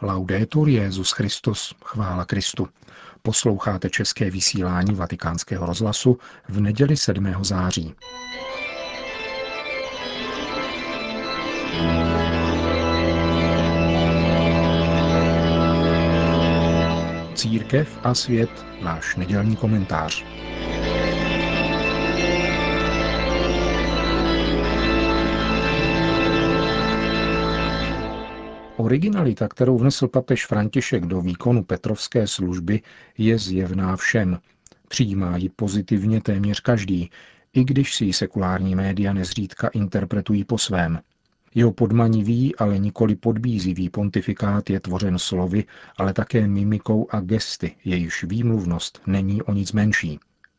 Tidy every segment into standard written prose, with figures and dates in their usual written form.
Laudetur Jesus Christus, chvála Kristu. Posloucháte české vysílání Vatikánského rozhlasu v neděli 7. září. Církev a svět, náš nedělní komentář. Originalita, kterou vnesl papež František do výkonu petrovské služby, je zjevná všem. Přijímá ji pozitivně téměř každý, i když si ji sekulární média nezřídka interpretují po svém. Jeho podmanivý, ale nikoli podbízivý pontifikát je tvořen slovy, ale také mimikou a gesty, jejichž výmluvnost není o nic menší.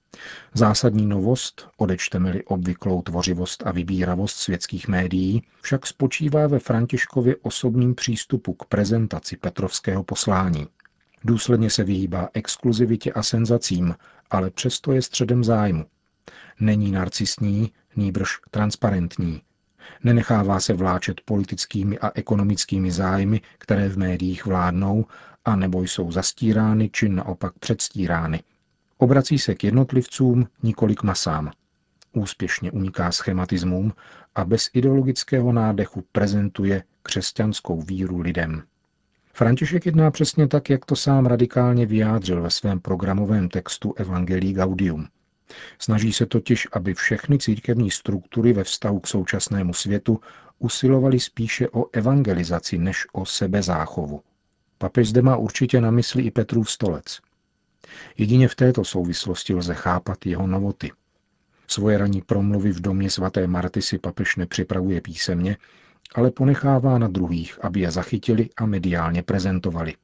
Zásadní novost, odečteme-li obvyklou tvořivost a vybíravost světských médií, však spočívá ve Františkově osobním přístupu k prezentaci petrovského poslání. Důsledně se vyhýbá exkluzivitě a senzacím, ale přesto je středem zájmu. Není narcistní, nýbrž transparentní. Nenechává se vláčet politickými a ekonomickými zájmy, které v médiích vládnou, a nebo jsou zastírány či naopak předstírány. Obrací se k jednotlivcům, nikoli k masám. Úspěšně uniká schematismům a bez ideologického nádechu prezentuje křesťanskou víru lidem. František jedná přesně tak, jak to sám radikálně vyjádřil ve svém programovém textu Evangelii Gaudium. Snaží se totiž, aby všechny církevní struktury ve vztahu k současnému světu usilovaly spíše o evangelizaci než o sebezáchovu. Papež zde má určitě na mysli i Petrův stolec. Jedině v této souvislosti lze chápat jeho novoty. Svoje ranní promluvy v domě svaté Marty si papež nepřipravuje písemně, ale ponechává na druhých, aby je zachytili a mediálně prezentovali.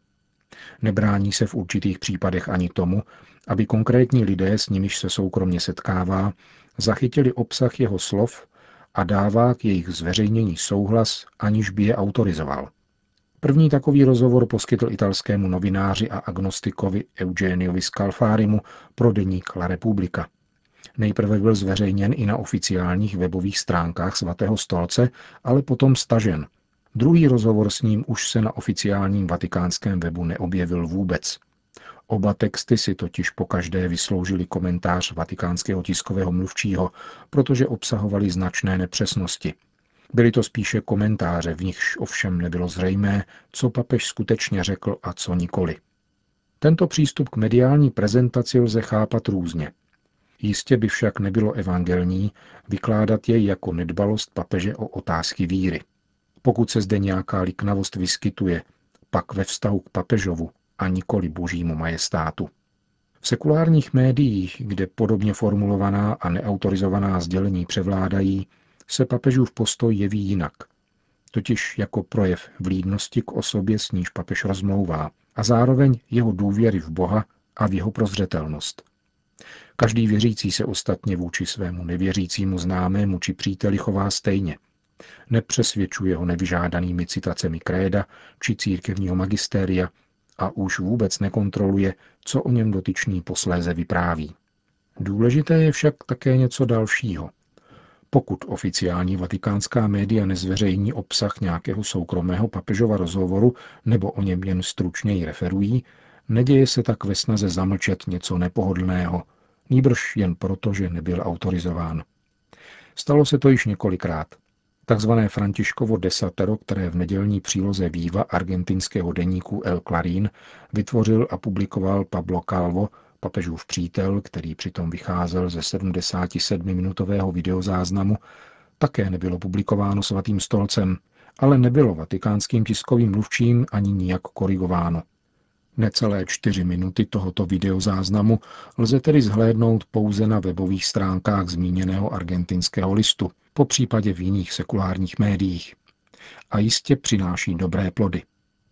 Nebrání se v určitých případech ani tomu, aby konkrétní lidé, s nimiž se soukromně setkává, zachytili obsah jeho slov a dává k jejich zveřejnění souhlas, aniž by je autorizoval. První takový rozhovor poskytl italskému novináři a agnostikovi Eugeniovi Scalfarimu pro deník La Repubblica. Nejprve byl zveřejněn i na oficiálních webových stránkách svatého stolce, ale potom stažen. Druhý rozhovor s ním už se na oficiálním vatikánském webu neobjevil vůbec. Oba texty si totiž pokaždé vysloužili komentář vatikánského tiskového mluvčího, protože obsahovaly značné nepřesnosti. Byly to spíše komentáře, v nichž ovšem nebylo zřejmé, co papež skutečně řekl a co nikoli. Tento přístup k mediální prezentaci lze chápat různě. Jistě by však nebylo evangelní vykládat jej jako nedbalost papeže o otázky víry. Pokud se zde nějaká liknavost vyskytuje, pak ve vztahu k papežovu a nikoli božímu majestátu. V sekulárních médiích, kde podobně formulovaná a neautorizovaná sdělení převládají, se papežův postoj jeví jinak, totiž jako projev vlídnosti k osobě, s níž papež rozmlouvá, a zároveň jeho důvěry v Boha a v jeho prozřetelnost. Každý věřící se ostatně vůči svému nevěřícímu známému či příteli chová stejně. Nepřesvědčuje ho nevyžádanými citacemi kréda či církevního magistéria a už vůbec nekontroluje, co o něm dotyčný posléze vypráví. Důležité je však také něco dalšího. Pokud oficiální vatikánská média nezveřejní obsah nějakého soukromého papežova rozhovoru nebo o něm jen stručněji referují, neděje se tak ve snaze zamlčet něco nepohodlného, nýbrž jen proto, že nebyl autorizován. Stalo se to již několikrát. Takzvané Františkovo desatero, které v nedělní příloze Viva argentinského deníku El Clarín vytvořil a publikoval Pablo Calvo, papežův přítel, který přitom vycházel ze 77-minutového videozáznamu, také nebylo publikováno svatým stolcem, ale nebylo vatikánským tiskovým mluvčím ani nijak korigováno. Necelé 4 minuty tohoto videozáznamu lze tedy zhlédnout pouze na webových stránkách zmíněného argentinského listu, popřípadě v jiných sekulárních médiích. A jistě přináší dobré plody.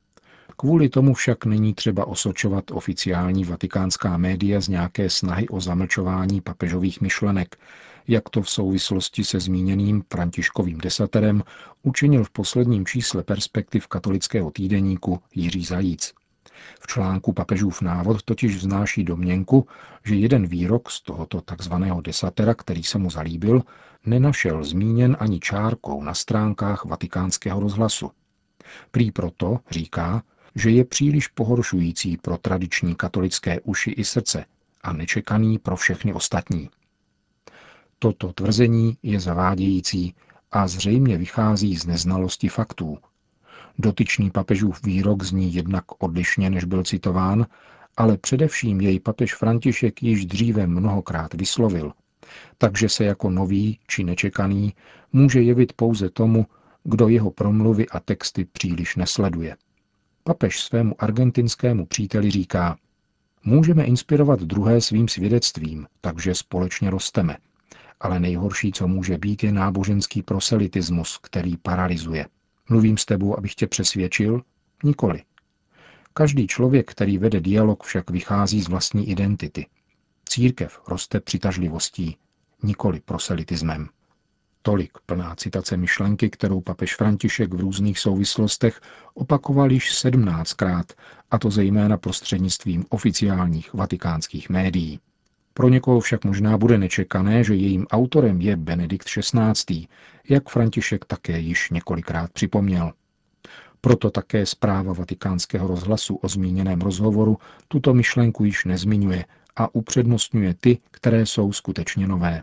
Kvůli tomu však není třeba osočovat oficiální vatikánská média z nějaké snahy o zamlčování papežových myšlenek, jak to v souvislosti se zmíněným Františkovým desaterem učinil v posledním čísle Perspektiv katolického týdeníku Jiří Zajíc. V článku Papežův návod totiž vznáší domněnku, že jeden výrok z tohoto takzvaného desatera, který se mu zalíbil, nenašel zmíněn ani čárkou na stránkách vatikánského rozhlasu. Prý proto, říká, že je příliš pohoršující pro tradiční katolické uši i srdce a nečekaný pro všechny ostatní. Toto tvrzení je zavádějící a zřejmě vychází z neznalosti faktů. Dotyčný papežův výrok zní jednak odlišně, než byl citován, ale především jej papež František již dříve mnohokrát vyslovil, takže se jako nový či nečekaný může jevit pouze tomu, kdo jeho promluvy a texty příliš nesleduje. Papež svému argentinskému příteli říká: můžeme inspirovat druhé svým svědectvím, takže společně rosteme. Ale nejhorší, co může být, je náboženský proselitismus, který paralyzuje. Mluvím s tebou, abych tě přesvědčil? Nikoli. Každý člověk, který vede dialog, však vychází z vlastní identity. Církev roste přitažlivostí, nikoli proselitismem. Tolik plná citace myšlenky, kterou papež František v různých souvislostech opakoval již 17krát, a to zejména prostřednictvím oficiálních vatikánských médií. Pro někoho však možná bude nečekané, že jejím autorem je Benedikt XVI., jak František také již několikrát připomněl. Proto také zpráva Vatikánského rozhlasu o zmíněném rozhovoru tuto myšlenku již nezmiňuje a upřednostňuje ty, které jsou skutečně nové.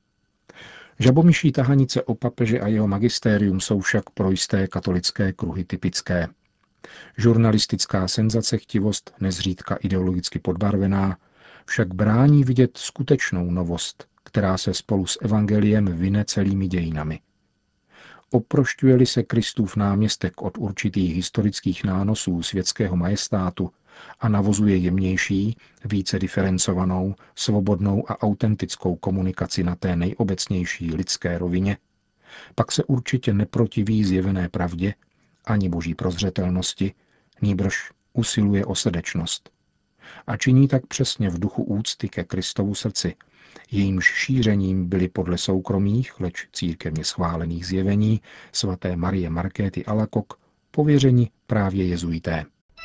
Žabomyší tahanice o papeže a jeho magistérium jsou však pro jisté katolické kruhy typické. Žurnalistická senzacechtivost, nezřídka ideologicky podbarvená, však brání vidět skutečnou novost, která se spolu s evangeliem vine celými dějinami. Oprošťuje-li se Kristův náměstek od určitých historických nánosů světského majestátu a navozuje jemnější, více diferencovanou, svobodnou a autentickou komunikaci na té nejobecnější lidské rovině, pak se určitě neprotiví zjevené pravdě ani boží prozřetelnosti, nýbrž usiluje o srdečnost. A činí tak přesně v duchu úcty ke Kristovu srdci, jejímž šířením byly podle soukromých, leč církevně schválených zjevení svaté Marie Markéty Alacoque pověřeni právě jezuité.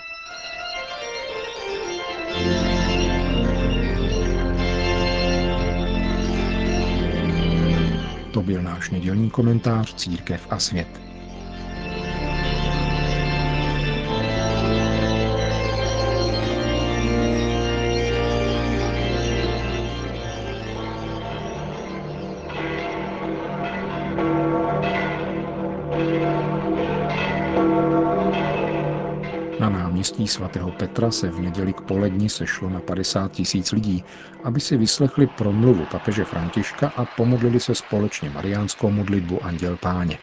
To byl náš nedělní komentář Církev a svět. Na náměstí svatého Petra se v neděli k poledni sešlo na 50 000 lidí, aby si vyslechli promluvu papeže Františka a pomodlili se společně mariánskou modlitbu Anděl Páně.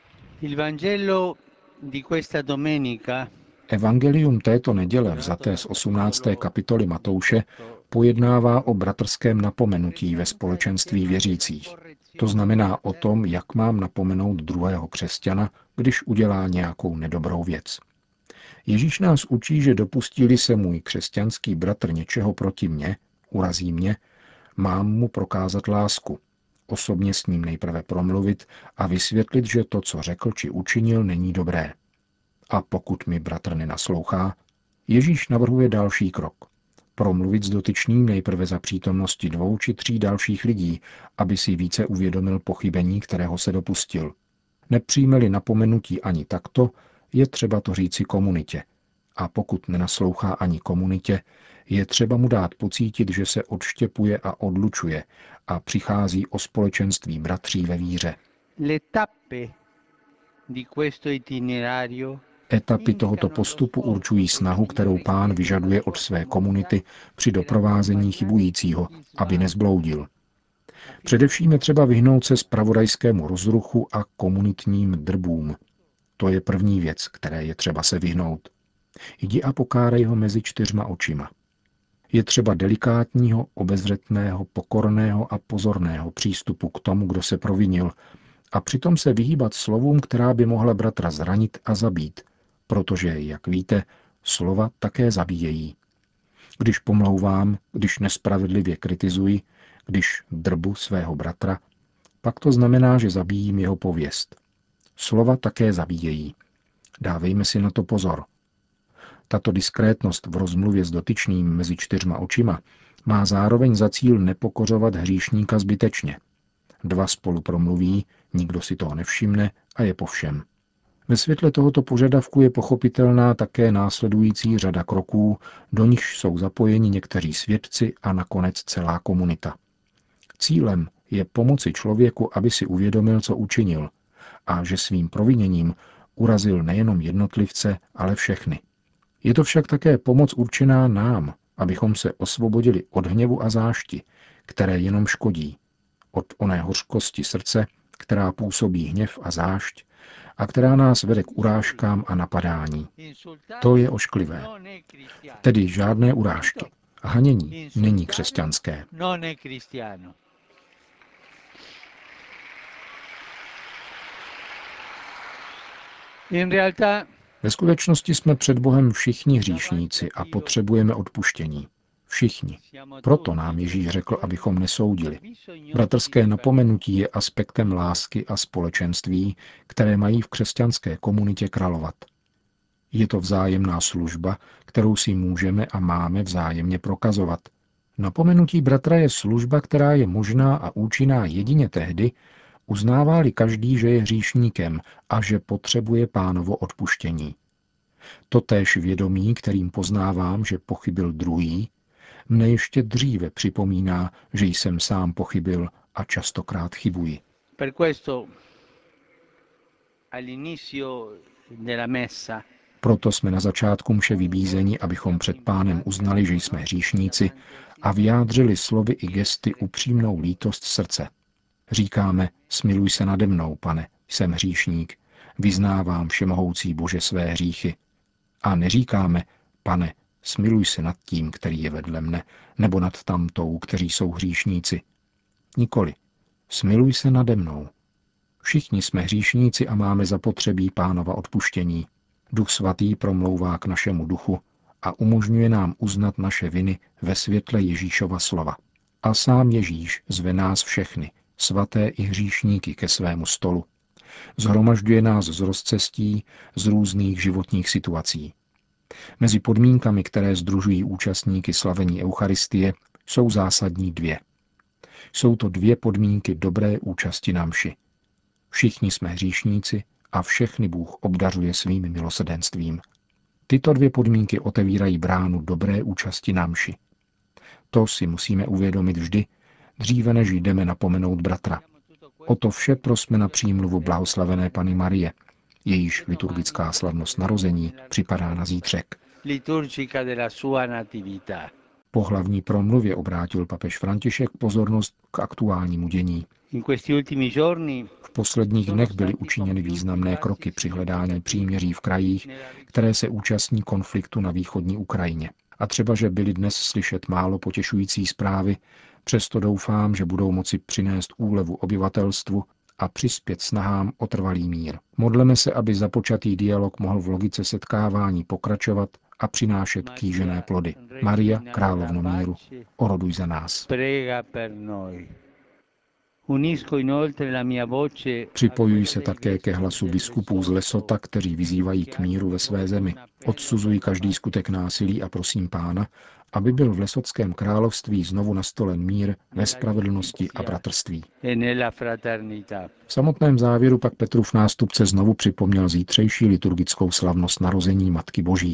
Evangelium této neděle, vzaté z 18. kapitoly Matouše, pojednává o bratrském napomenutí ve společenství věřících. To znamená o tom, jak mám napomenout druhého křesťana, když udělá nějakou nedobrou věc. Ježíš nás učí, že dopustí-li se můj křesťanský bratr něčeho proti mně, urazí mě, mám mu prokázat lásku, osobně s ním nejprve promluvit a vysvětlit, že to, co řekl či učinil, není dobré. A pokud mi bratr nenaslouchá, Ježíš navrhuje další krok. Promluvit s dotyčným nejprve za přítomnosti 2 či 3 dalších lidí, aby si více uvědomil pochybení, kterého se dopustil. Nepřijme-li napomenutí ani takto, je třeba to říci komunitě. A pokud nenaslouchá ani komunitě, je třeba mu dát pocítit, že se odštěpuje a odlučuje a přichází o společenství bratří ve víře. Etapy tohoto postupu určují snahu, kterou Pán vyžaduje od své komunity při doprovázení chybujícího, aby nezbloudil. Především je třeba vyhnout se zpravodajskému rozruchu a komunitním drbům. To je první věc, které je třeba se vyhnout. Jdi a pokárej ho mezi 4 očima. Je třeba delikátního, obezřetného, pokorného a pozorného přístupu k tomu, kdo se provinil, a přitom se vyhýbat slovům, která by mohla bratra zranit a zabít, protože, jak víte, slova také zabíjejí. Když pomlouvám, když nespravedlivě kritizuji, když drbu svého bratra, pak to znamená, že zabíjím jeho pověst. Slova také zabíjejí. Dávejme si na to pozor. Tato diskrétnost v rozmluvě s dotyčným mezi 4 očima má zároveň za cíl nepokořovat hříšníka zbytečně. 2 spolu promluví, nikdo si toho nevšimne a je po všem. Ve světle tohoto požadavku je pochopitelná také následující řada kroků, do nichž jsou zapojeni někteří svědci a nakonec celá komunita. Cílem je pomoci člověku, aby si uvědomil, co učinil, a že svým proviněním urazil nejenom jednotlivce, ale všechny. Je to však také pomoc určená nám, abychom se osvobodili od hněvu a zášti, které jenom škodí, od oné hořkosti srdce, která působí hněv a zášť a která nás vede k urážkám a napadání. To je ošklivé. Tedy žádné urážky. Hanění není křesťanské. Ve skutečnosti jsme před Bohem všichni hříšníci a potřebujeme odpuštění. Všichni. Proto nám Ježíš řekl, abychom nesoudili. Bratrské napomenutí je aspektem lásky a společenství, které mají v křesťanské komunitě královat. Je to vzájemná služba, kterou si můžeme a máme vzájemně prokazovat. Napomenutí bratra je služba, která je možná a účinná jedině tehdy, uznává-li každý, že je hříšníkem a že potřebuje Pánovo odpuštění. Totéž vědomí, kterým poznávám, že pochybil druhý, mne ještě dříve připomíná, že jsem sám pochybil a častokrát chybuji. Proto jsme na začátku mše vybízeni, abychom před Pánem uznali, že jsme hříšníci a vyjádřili slovy i gesty upřímnou lítost srdce. Říkáme, smiluj se nade mnou, Pane, jsem hříšník, vyznávám všemohoucí Bože své hříchy. A neříkáme, Pane, smiluj se nad tím, který je vedle mne, nebo nad tamtou, kteří jsou hříšníci. Nikoli, smiluj se nade mnou. Všichni jsme hříšníci a máme zapotřebí Pánova odpuštění. Duch svatý promlouvá k našemu duchu a umožňuje nám uznat naše viny ve světle Ježíšova slova. A sám Ježíš zve nás všechny, svaté i hříšníky, ke svému stolu. Zhromažďuje nás z rozcestí, z různých životních situací. Mezi podmínkami, které sdružují účastníky slavení Eucharistie, jsou zásadní dvě. Jsou to dvě podmínky dobré účasti na mši. Všichni jsme hříšníci a všechny Bůh obdařuje svým milosrdenstvím. Tyto dvě podmínky otevírají bránu dobré účasti na mši. To si musíme uvědomit vždy, dříve než jdeme napomenout bratra. O to vše prosme na přímluvu blahoslavené Panny Marie, jejíž liturgická slavnost narození připadá na zítřek. Po hlavní promluvě obrátil papež František pozornost k aktuálnímu dění. V posledních dnech byly učiněny významné kroky při hledání příměří v krajích, které se účastní konfliktu na východní Ukrajině. A třeba, že byly dnes slyšet málo potěšující zprávy, přesto doufám, že budou moci přinést úlevu obyvatelstvu a přispět snahám o trvalý mír. Modleme se, aby započatý dialog mohl v logice setkávání pokračovat a přinášet kýžené plody. Maria, královno míru, oroduj za nás. Připojuji se také ke hlasu biskupů z Lesota, kteří vyzývají k míru ve své zemi. Odsuzuji každý skutek násilí a prosím Pána, aby byl v Lesotském království znovu nastolen mír ve spravedlnosti a bratrství. V samotném závěru pak Petrův nástupce znovu připomněl zítřejší liturgickou slavnost narození Matky Boží.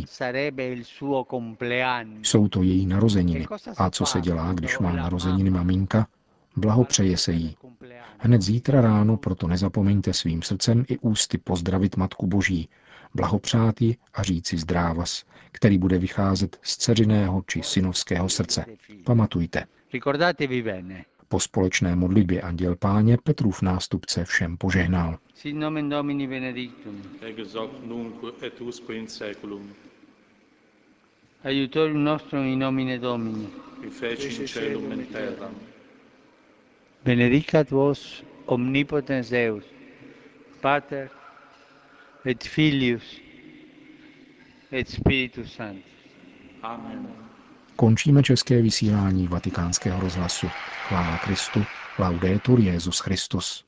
Jsou to její narozeniny. A co se dělá, když má narozeniny maminka? Blahopřeje se jí. Hned zítra ráno proto nezapomeňte svým srdcem i ústy pozdravit Matku Boží, blahopřát ji a říci zdrávas, který bude vycházet z dceřiného či synovského srdce. Pamatujte. Po společné modlitbě Anděl Páně Petrův nástupce všem požehnal. Sit nomen Domini benedictum. Ex hoc nunc et usque in saeculum. Aiutorium nostrum in nomine Domini. Qui feci in caelum et terram. Benedicat vos omnipotens Deus, Pater et Filius et Spiritus Sanctus. Amen. Končíme české vysílání Vatikánského rozhlasu. Chvála Kristu, laudetur Jesus Christus.